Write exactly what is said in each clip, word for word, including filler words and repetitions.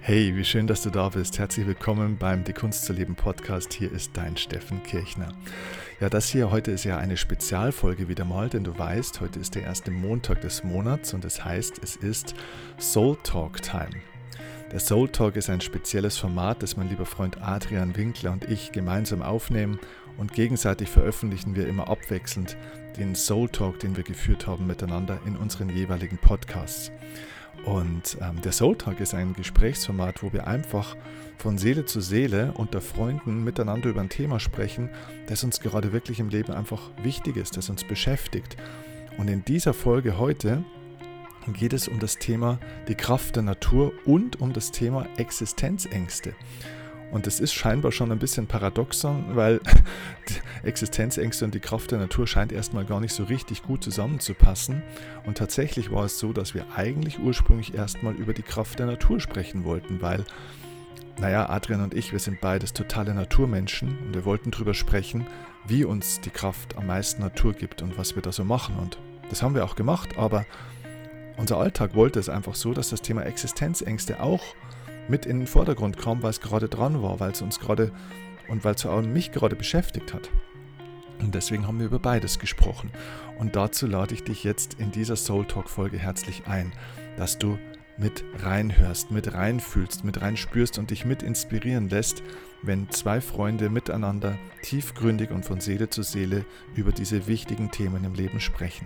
Hey, wie schön, dass du da bist. Herzlich willkommen beim Die Kunst zu leben Podcast. Hier ist dein Steffen Kirchner. Ja, das hier heute ist ja eine Spezialfolge wieder mal, denn du weißt, heute ist der erste Montag des Monats und das heißt, es ist Soul Talk Time. Der Soul Talk ist ein spezielles Format, das mein lieber Freund Adrian Winkler und ich gemeinsam aufnehmen und gegenseitig veröffentlichen wir immer abwechselnd den Soul Talk, den wir geführt haben miteinander in unseren jeweiligen Podcasts. Und ähm, der Soul Talk ist ein Gesprächsformat, wo wir einfach von Seele zu Seele unter Freunden miteinander über ein Thema sprechen, das uns gerade wirklich im Leben einfach wichtig ist, das uns beschäftigt. Und in dieser Folge heute geht es um das Thema die Kraft der Natur und um das Thema Existenzängste. Und das ist scheinbar schon ein bisschen paradoxon, weil die Existenzängste und die Kraft der Natur scheint erstmal gar nicht so richtig gut zusammenzupassen. Und tatsächlich war es so, dass wir eigentlich ursprünglich erstmal über die Kraft der Natur sprechen wollten, weil, naja, Adrian und ich, wir sind beides totale Naturmenschen und wir wollten darüber sprechen, wie uns die Kraft am meisten Natur gibt und was wir da so machen. Und das haben wir auch gemacht, aber unser Alltag wollte es einfach so, dass das Thema Existenzängste auch mit in den Vordergrund kam, weil es gerade dran war, weil es uns gerade und weil es auch mich gerade beschäftigt hat. Und deswegen haben wir über beides gesprochen. Und dazu lade ich dich jetzt in dieser Soul Talk Folge herzlich ein, dass du mit reinhörst, mit reinfühlst, mit reinspürst und dich mit inspirieren lässt, wenn zwei Freunde miteinander tiefgründig und von Seele zu Seele über diese wichtigen Themen im Leben sprechen.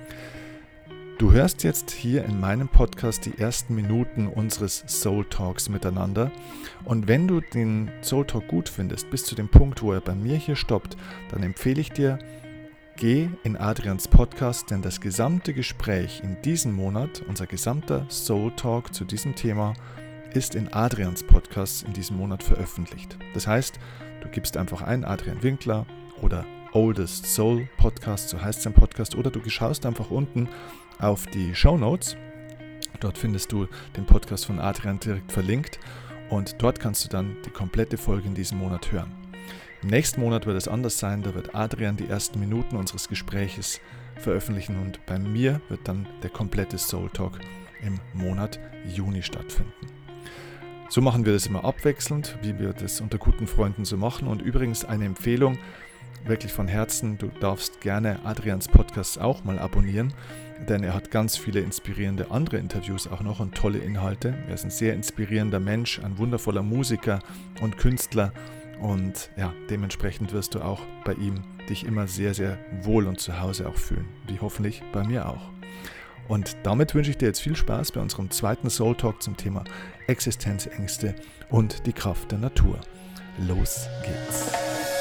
Du hörst jetzt hier in meinem Podcast die ersten Minuten unseres Soul Talks miteinander und wenn du den Soul Talk gut findest, bis zu dem Punkt, wo er bei mir hier stoppt, dann empfehle ich dir, geh in Adrians Podcast, denn das gesamte Gespräch in diesem Monat, unser gesamter Soul Talk zu diesem Thema, ist in Adrians Podcast in diesem Monat veröffentlicht. Das heißt, du gibst einfach ein Adrian Winkler oder Oldest Soul Podcast, so heißt sein Podcast, oder du schaust einfach unten auf die Shownotes. Dort findest du den Podcast von Adrian direkt verlinkt und dort kannst du dann die komplette Folge in diesem Monat hören. Im nächsten Monat wird es anders sein, da wird Adrian die ersten Minuten unseres Gespräches veröffentlichen und bei mir wird dann der komplette Soul Talk im Monat Juni stattfinden. So machen wir das immer abwechselnd, wie wir das unter guten Freunden so machen. Und übrigens eine Empfehlung, wirklich von Herzen, du darfst gerne Adrians Podcast auch mal abonnieren, denn er hat ganz viele inspirierende andere Interviews auch noch und tolle Inhalte. Er ist ein sehr inspirierender Mensch, ein wundervoller Musiker und Künstler und ja, dementsprechend wirst du auch bei ihm dich immer sehr, sehr wohl und zu Hause auch fühlen, wie hoffentlich bei mir auch. Und damit wünsche ich dir jetzt viel Spaß bei unserem zweiten Soul Talk zum Thema Existenzängste und die Kraft der Natur. Los geht's!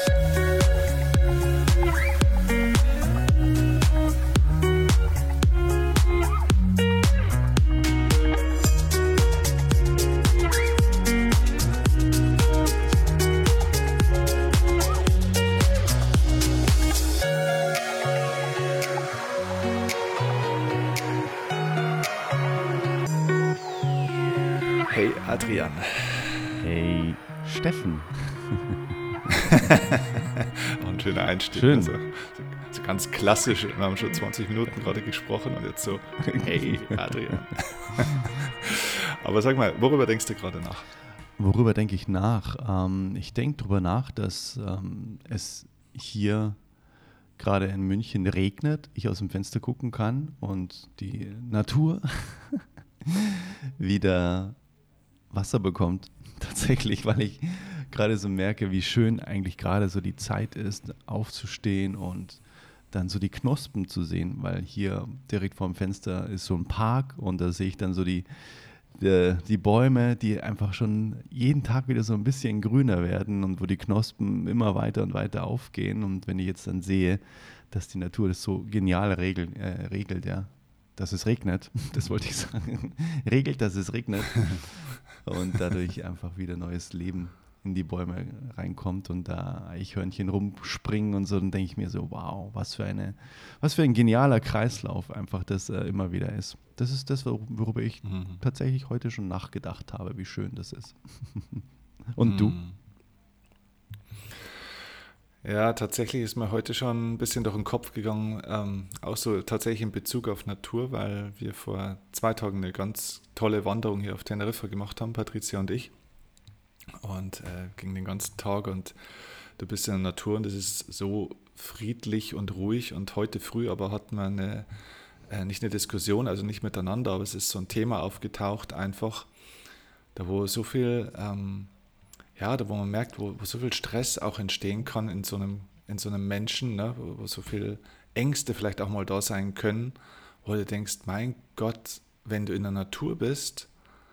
Hey Adrian. Hey Steffen. Auch ein schöner Einstieg. Schön. Also, so, so ganz klassisch. Wir haben schon zwanzig Minuten gerade gesprochen und jetzt so, hey Adrian. Aber sag mal, worüber denkst du gerade nach? Worüber denke ich nach? Ähm, ich denke darüber nach, dass ähm, es hier gerade in München regnet, ich aus dem Fenster gucken kann und die Natur wieder Wasser bekommt, tatsächlich, weil ich gerade so merke, wie schön eigentlich gerade so die Zeit ist, aufzustehen und dann so die Knospen zu sehen, weil hier direkt vorm Fenster ist so ein Park und da sehe ich dann so die, die, die Bäume, die einfach schon jeden Tag wieder so ein bisschen grüner werden und wo die Knospen immer weiter und weiter aufgehen und wenn ich jetzt dann sehe, dass die Natur das so genial regelt, äh, regelt, ja, dass es regnet, das wollte ich sagen, regelt, dass es regnet und dadurch einfach wieder neues Leben in die Bäume reinkommt und da Eichhörnchen rumspringen und so, dann denke ich mir so, wow, was für eine, was für ein genialer Kreislauf einfach das äh, immer wieder ist. Das ist das, worüber ich mhm. tatsächlich heute schon nachgedacht habe, wie schön das ist. Und mhm. du? Ja, tatsächlich ist mir heute schon ein bisschen durch den Kopf gegangen, ähm, auch so tatsächlich in Bezug auf Natur, weil wir vor zwei Tagen eine ganz tolle Wanderung hier auf Teneriffa gemacht haben, Patricia und ich. Und äh, ging den ganzen Tag und du bist in der Natur und es ist so friedlich und ruhig. Und heute früh aber hatten wir eine, äh, nicht eine Diskussion, also nicht miteinander, aber es ist so ein Thema aufgetaucht, einfach, da wo so viel, ähm, ja, da wo man merkt, wo, wo so viel Stress auch entstehen kann in so einem, in so einem Menschen, ne, wo, wo so viel Ängste vielleicht auch mal da sein können, wo du denkst, mein Gott, wenn du in der Natur bist,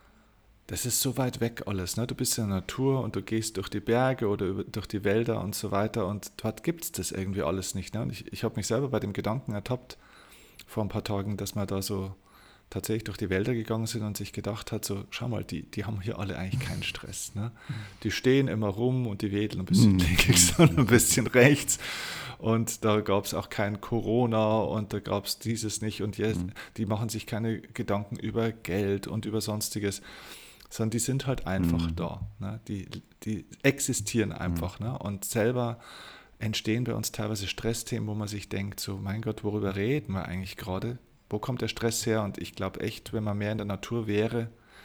das ist so weit weg alles. Ne? Du bist in der Natur und du gehst durch die Berge oder über, durch die Wälder und so weiter und dort gibt es das irgendwie alles nicht. Ne? Und ich, ich habe mich selber bei dem Gedanken ertappt vor ein paar Tagen, dass wir da so tatsächlich durch die Wälder gegangen sind und sich gedacht hat, so schau mal, die, die haben hier alle eigentlich keinen Stress. Ne? Die stehen immer rum und die wedeln ein bisschen links und ein bisschen rechts und da gab es auch kein Corona und da gab es dieses nicht und jetzt, die machen sich keine Gedanken über Geld und über Sonstiges, sondern die sind halt einfach Mhm. da. Ne? Die, die existieren einfach. Ne? Und selber entstehen bei uns teilweise Stressthemen, wo man sich denkt, so mein Gott, worüber reden wir eigentlich gerade? Wo kommt der Stress her? Und ich glaube echt, wenn man mehr in der Natur wäre,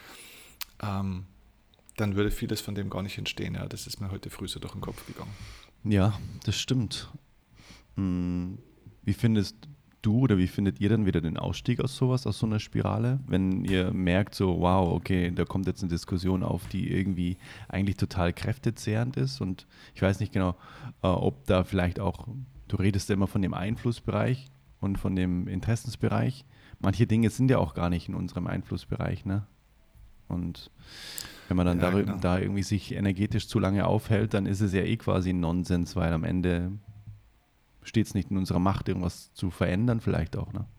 ähm, dann würde vieles von dem gar nicht entstehen. Ja, das ist mir heute früh so durch den Kopf gegangen. Ja, das stimmt. Hm, Wie findest du oder wie findet ihr dann wieder den Ausstieg aus sowas, aus so einer Spirale? Wenn ihr merkt so, wow, okay, da kommt jetzt eine Diskussion auf, die irgendwie eigentlich total kräftezehrend ist und ich weiß nicht genau, äh, ob da vielleicht auch, du redest ja immer von dem Einflussbereich und von dem Interessensbereich. Manche Dinge sind ja auch gar nicht in unserem Einflussbereich, ne? Und wenn man dann Ja, darüber, genau. da irgendwie sich energetisch zu lange aufhält, dann ist es ja eh quasi ein Nonsens, weil am Ende steht es nicht in unserer Macht, irgendwas zu verändern, vielleicht auch, ne?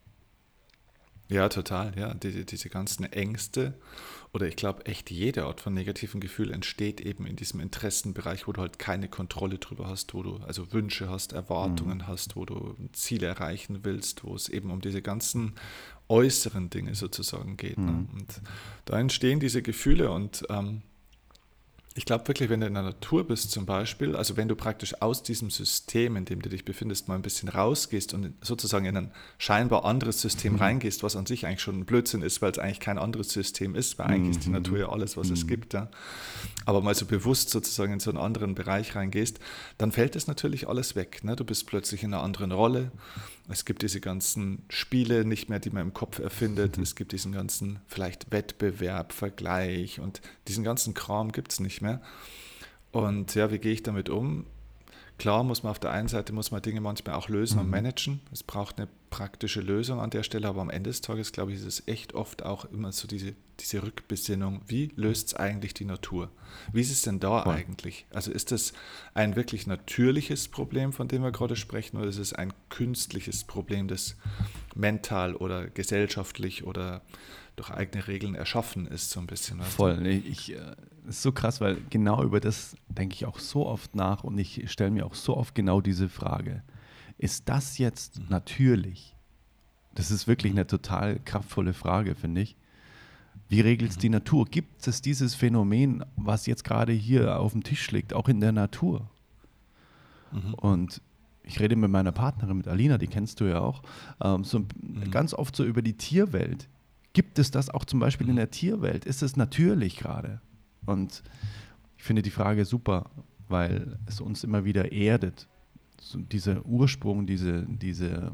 Ja, total. Ja, diese, diese ganzen Ängste oder ich glaube echt jede Art von negativen Gefühl entsteht eben in diesem Interessenbereich, wo du halt keine Kontrolle drüber hast, wo du also Wünsche hast, Mhm. Erwartungen hast, wo du Ziele erreichen willst, wo es eben um diese ganzen äußeren Dinge sozusagen geht. Ne? Mhm. Und da entstehen diese Gefühle und ähm, ich glaube wirklich, wenn du in der Natur bist zum Beispiel, also wenn du praktisch aus diesem System, in dem du dich befindest, mal ein bisschen rausgehst und sozusagen in ein scheinbar anderes System Mhm. reingehst, was an sich eigentlich schon ein Blödsinn ist, weil es eigentlich kein anderes System ist, weil eigentlich ist die Natur Mhm. ja alles, was es Mhm. gibt. Ja. Aber mal so bewusst sozusagen in so einen anderen Bereich reingehst, dann fällt das natürlich alles weg. Ne? Du bist plötzlich in einer anderen Rolle. Es gibt diese ganzen Spiele nicht mehr, die man im Kopf erfindet. Mhm. Es gibt diesen ganzen vielleicht Wettbewerb, Vergleich und diesen ganzen Kram gibt es nicht mehr. Und ja, wie gehe ich damit um? Klar muss man auf der einen Seite muss man Dinge manchmal auch lösen und Mhm. managen. Es braucht eine praktische Lösung an der Stelle, aber am Ende des Tages, glaube ich, ist es echt oft auch immer so diese, diese Rückbesinnung. Wie löst es eigentlich die Natur? Wie ist es denn da Voll. eigentlich? Also ist es ein wirklich natürliches Problem, von dem wir gerade sprechen, oder ist es ein künstliches Problem, das mental oder gesellschaftlich oder durch eigene Regeln erschaffen ist, so ein bisschen, weißt du? Voll. Nee, Ich, äh, es ist so krass, weil genau über das denke ich auch so oft nach und ich stelle mir auch so oft genau diese Frage. Ist das jetzt Mhm. natürlich? Das ist wirklich Mhm. eine total kraftvolle Frage, finde ich. Wie regelt es die Natur? Gibt es dieses Phänomen, was jetzt gerade hier auf dem Tisch liegt, auch in der Natur? Mhm. Und ich rede mit meiner Partnerin, mit Alina, die kennst du ja auch, ähm, so Mhm. ganz oft so über die Tierwelt. Gibt es das auch zum Beispiel in Mhm. der Tierwelt? Ist es natürlich gerade? Und ich finde die Frage super, weil es uns immer wieder erdet. So dieser Ursprung, diese, diese,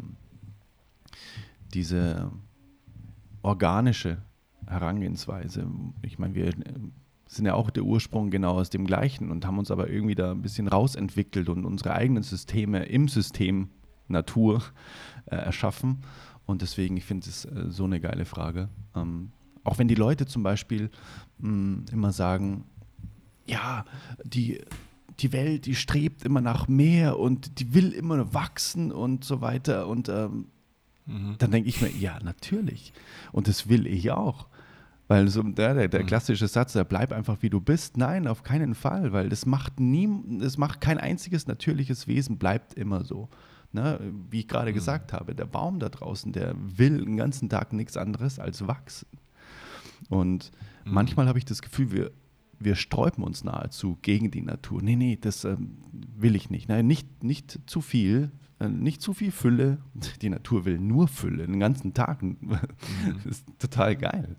diese organische Herangehensweise. Ich meine, wir sind ja auch der Ursprung genau aus dem Gleichen und haben uns aber irgendwie da ein bisschen rausentwickelt und unsere eigenen Systeme im System Natur äh, erschaffen. Und deswegen, ich finde es äh, so eine geile Frage. Ähm, auch wenn die Leute zum Beispiel mh, immer sagen, ja, die, die Welt, die strebt immer nach mehr und die will immer wachsen und so weiter. Und ähm, Mhm. dann denke ich mir, ja, natürlich. Und das will ich auch. Weil so der, der, der Mhm. klassische Satz, der bleib einfach wie du bist, nein, auf keinen Fall, weil das macht nie, das macht kein einziges natürliches Wesen, bleibt immer so. Ne? Wie ich gerade Mhm. gesagt habe, der Baum da draußen, der will den ganzen Tag nichts anderes als wachsen. Und Mhm. manchmal habe ich das Gefühl, wir wir sträuben uns nahezu gegen die Natur. Nee, nee, das ähm, will ich nicht. Nein, nicht, nicht zu viel, äh, nicht zu viel Fülle. Die Natur will nur Fülle, den ganzen Tag. Mhm. Das ist total geil.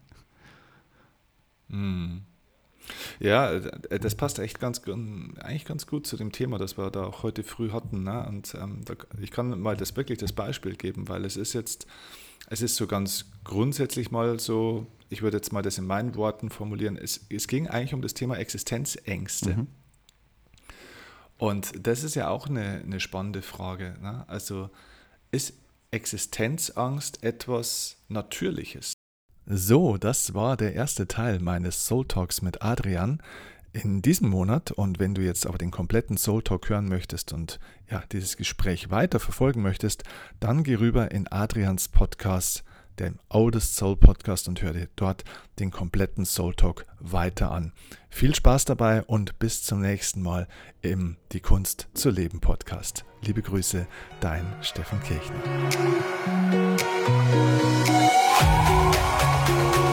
Mhm. Ja, das passt echt ganz, eigentlich ganz gut zu dem Thema, das wir da auch heute früh hatten. Ne? Und ähm, da, ich kann mal das wirklich das Beispiel geben, weil es ist jetzt, es ist so ganz grundsätzlich mal so, ich würde jetzt mal das in meinen Worten formulieren, es, es ging eigentlich um das Thema Existenzängste. Mhm. Und das ist ja auch eine, eine spannende Frage. Ne? Also ist Existenzangst etwas Natürliches? So, das war der erste Teil meines Soul Talks mit Adrian in diesem Monat. Und wenn du jetzt aber den kompletten Soul Talk hören möchtest und ja, dieses Gespräch weiter verfolgen möchtest, dann geh rüber in Adrians Podcast, dem Oldest Soul Podcast, und hör dir dort den kompletten Soul Talk weiter an. Viel Spaß dabei und bis zum nächsten Mal im Die Kunst zu leben Podcast. Liebe Grüße, dein Steffen Kirchner.